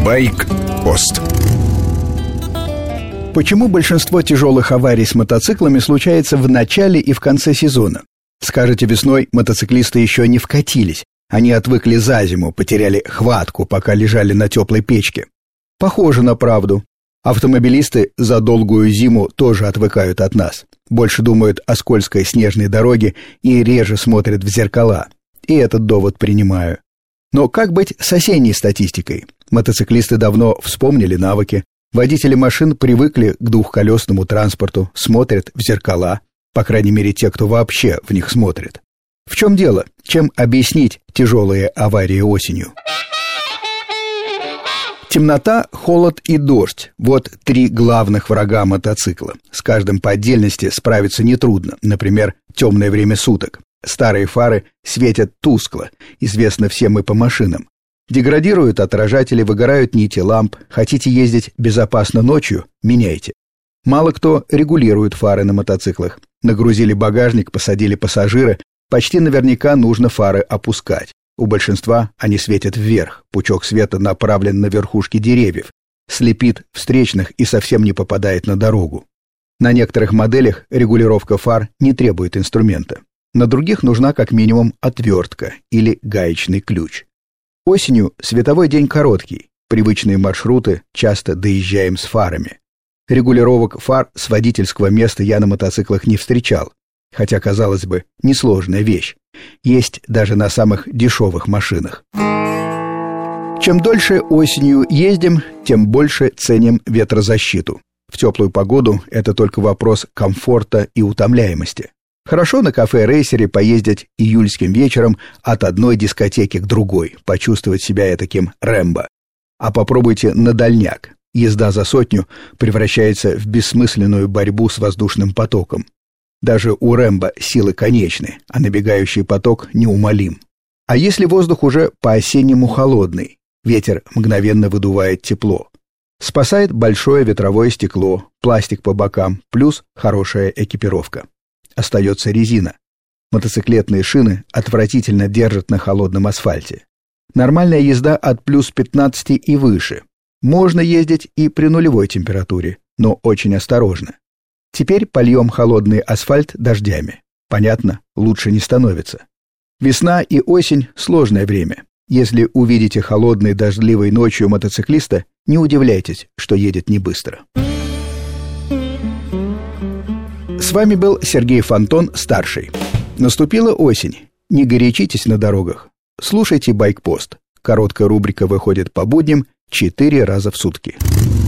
Байк-пост. Почему большинство тяжелых аварий с мотоциклами случается в начале и в конце сезона? Скажете, весной мотоциклисты еще не вкатились. Они отвыкли за зиму, потеряли хватку, пока лежали на теплой печке. Похоже на правду. Автомобилисты за долгую зиму тоже отвыкают от нас. Больше думают о скользкой снежной дороге и реже смотрят в зеркала. И этот довод принимаю. Но как быть с осенней статистикой? Мотоциклисты давно вспомнили навыки. Водители машин привыкли к двухколесному транспорту, смотрят в зеркала. По крайней мере, те, кто вообще в них смотрит. В чем дело? Чем объяснить тяжелые аварии осенью? Темнота, холод и дождь – вот три главных врага мотоцикла. С каждым по отдельности справиться нетрудно. Например, темное время суток. Старые фары светят тускло, известно всем и по машинам. Деградируют отражатели, выгорают нити ламп. Хотите ездить безопасно ночью – меняйте. Мало кто регулирует фары на мотоциклах. Нагрузили багажник, посадили пассажира. Почти наверняка нужно фары опускать. У большинства они светят вверх, пучок света направлен на верхушки деревьев, слепит встречных и совсем не попадает на дорогу. На некоторых моделях регулировка фар не требует инструмента. На других нужна как минимум отвертка или гаечный ключ. Осенью световой день короткий, привычные маршруты часто доезжаем с фарами. Регулировок фар с водительского места я на мотоциклах не встречал. Хотя, казалось бы, несложная вещь. Есть даже на самых дешевых машинах. Чем дольше осенью ездим, тем больше ценим ветрозащиту. В теплую погоду это только вопрос комфорта и утомляемости. Хорошо на кафе-рейсере поездить июльским вечером от одной дискотеки к другой, почувствовать себя этаким Рэмбо. А попробуйте на дальняк. Езда за сотню превращается в бессмысленную борьбу с воздушным потоком. Даже у Рэмбо силы конечны, а набегающий поток неумолим. А если воздух уже по-осеннему холодный, ветер мгновенно выдувает тепло. Спасает большое ветровое стекло, пластик по бокам, плюс хорошая экипировка. Остается резина. Мотоциклетные шины отвратительно держат на холодном асфальте. Нормальная езда от плюс 15 и выше. Можно ездить и при нулевой температуре, но очень осторожно. Теперь польем холодный асфальт дождями. Понятно, лучше не становится. Весна и осень – сложное время. Если увидите холодной дождливой ночью мотоциклиста, не удивляйтесь, что едет не быстро. С вами был Сергей Фонтон, старший. Наступила осень. Не горячитесь на дорогах. Слушайте «Байк-пост». Короткая рубрика выходит по будням 4 раза в сутки.